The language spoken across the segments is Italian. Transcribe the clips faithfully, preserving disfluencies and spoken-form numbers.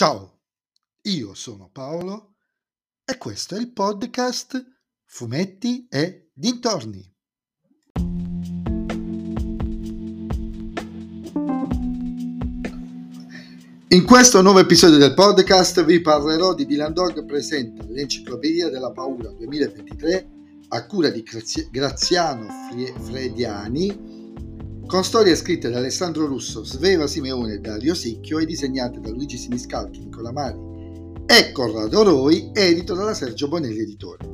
Ciao, io sono Paolo e questo è il podcast Fumetti e Dintorni. In questo nuovo episodio del podcast vi parlerò di Dylan Dog presenta l'Enciclopedia della Paura duemilaventitré a cura di Graziano Frediani, con storie scritte da Alessandro Russo, Sveva Simeone e Dario Sicchio e disegnate da Luigi Siniscalchi, Nicola Mari e Corrado Roi, edito dalla Sergio Bonelli Editore.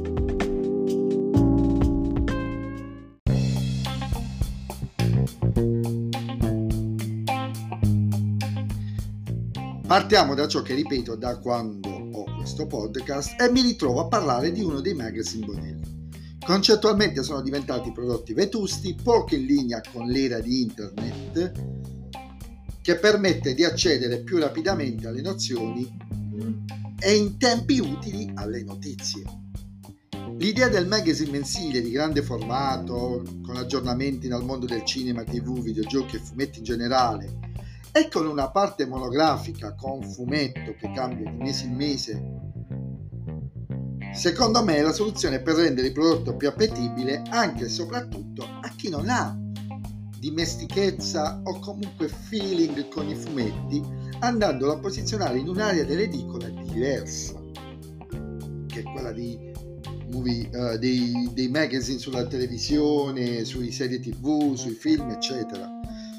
Partiamo da ciò che ripeto da quando ho questo podcast e mi ritrovo a parlare di uno dei magazine Bonelli. Concettualmente sono diventati prodotti vetusti, poco in linea con l'era di internet, che permette di accedere più rapidamente alle nozioni e in tempi utili alle notizie. L'idea del magazine mensile di grande formato, con aggiornamenti dal mondo del cinema, tv, videogiochi e fumetti in generale, e con una parte monografica con fumetto che cambia di mese in mese, secondo me è la soluzione per rendere il prodotto più appetibile anche e soprattutto a chi non ha dimestichezza o comunque feeling con i fumetti, andandolo a posizionare in un'area dell'edicola diversa, che è quella di movie, uh, dei, dei magazine sulla televisione, sui serie tv, sui film, eccetera.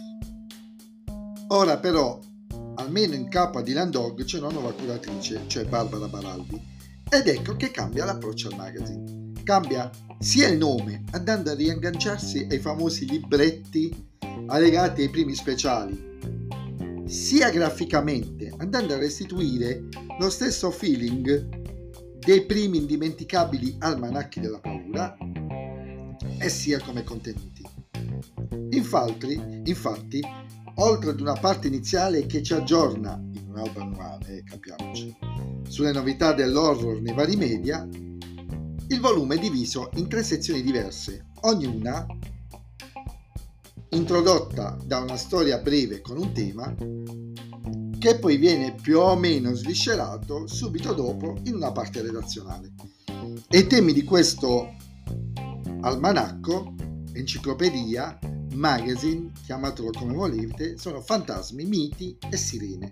Ora però, almeno in capo a Dylan Dog c'è una nuova curatrice, cioè Barbara Baraldi, ed ecco che cambia l'approccio al magazine. Cambia sia il nome, andando a riagganciarsi ai famosi libretti allegati ai primi speciali, sia graficamente, andando a restituire lo stesso feeling dei primi indimenticabili almanacchi della paura, e sia come contenuti. Infatti, infatti oltre ad una parte iniziale che ci aggiorna in un albo annuale, capiamoci, sulle novità dell'horror nei vari media, il volume è diviso in tre sezioni diverse, ognuna introdotta da una storia breve con un tema che poi viene più o meno sviscerato subito dopo in una parte redazionale. E i temi di questo almanacco, enciclopedia, magazine, chiamatelo come volete, sono fantasmi, miti e sirene.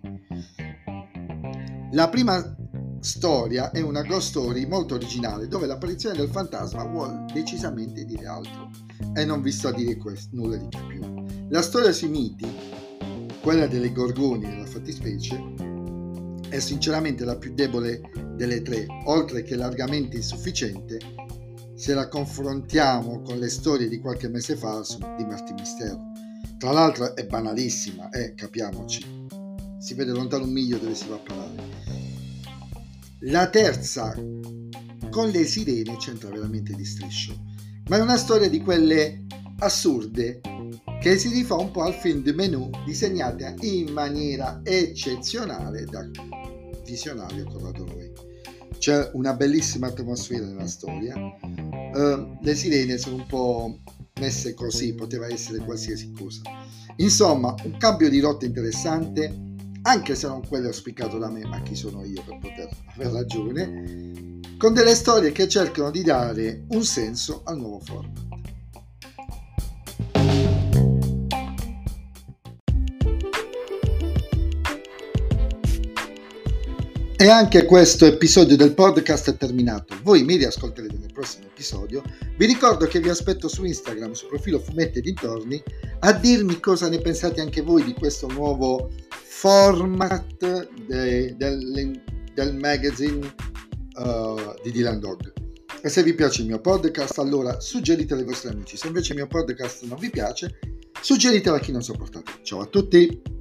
La prima storia è una ghost story molto originale, dove l'apparizione del fantasma vuole decisamente dire altro, e non vi sto a dire questo, nulla di più. La storia sui miti, quella delle gorgoni nella fattispecie, è sinceramente la più debole delle tre, oltre che largamente insufficiente se la confrontiamo con le storie di qualche mese fa su, di Martin Mistero. Tra l'altro è banalissima, eh, capiamoci, si vede lontano un miglio dove si va a parare. La terza, con le sirene, c'entra veramente di striscio, ma è una storia di quelle assurde che si rifà un po' al film di Menù, disegnata in maniera eccezionale da visionario Corrado Roi. C'è una bellissima atmosfera nella storia. Uh, le sirene sono un po' messe così, poteva essere qualsiasi cosa. Insomma, un cambio di rotta interessante, anche se non quello auspicato da me, ma chi sono io per poter aver ragione, con delle storie che cercano di dare un senso al nuovo format. E anche questo episodio del podcast è terminato. Voi mi riascolterete nel prossimo episodio. Vi ricordo che vi aspetto su Instagram, sul profilo Fumetti e Dintorni, a dirmi cosa ne pensate anche voi di questo nuovo format de, del, del magazine uh, di Dylan Dog. E se vi piace il mio podcast, allora suggeritelo ai vostri amici. Se invece il mio podcast non vi piace, suggeritelo a chi non sopportate. Ciao a tutti!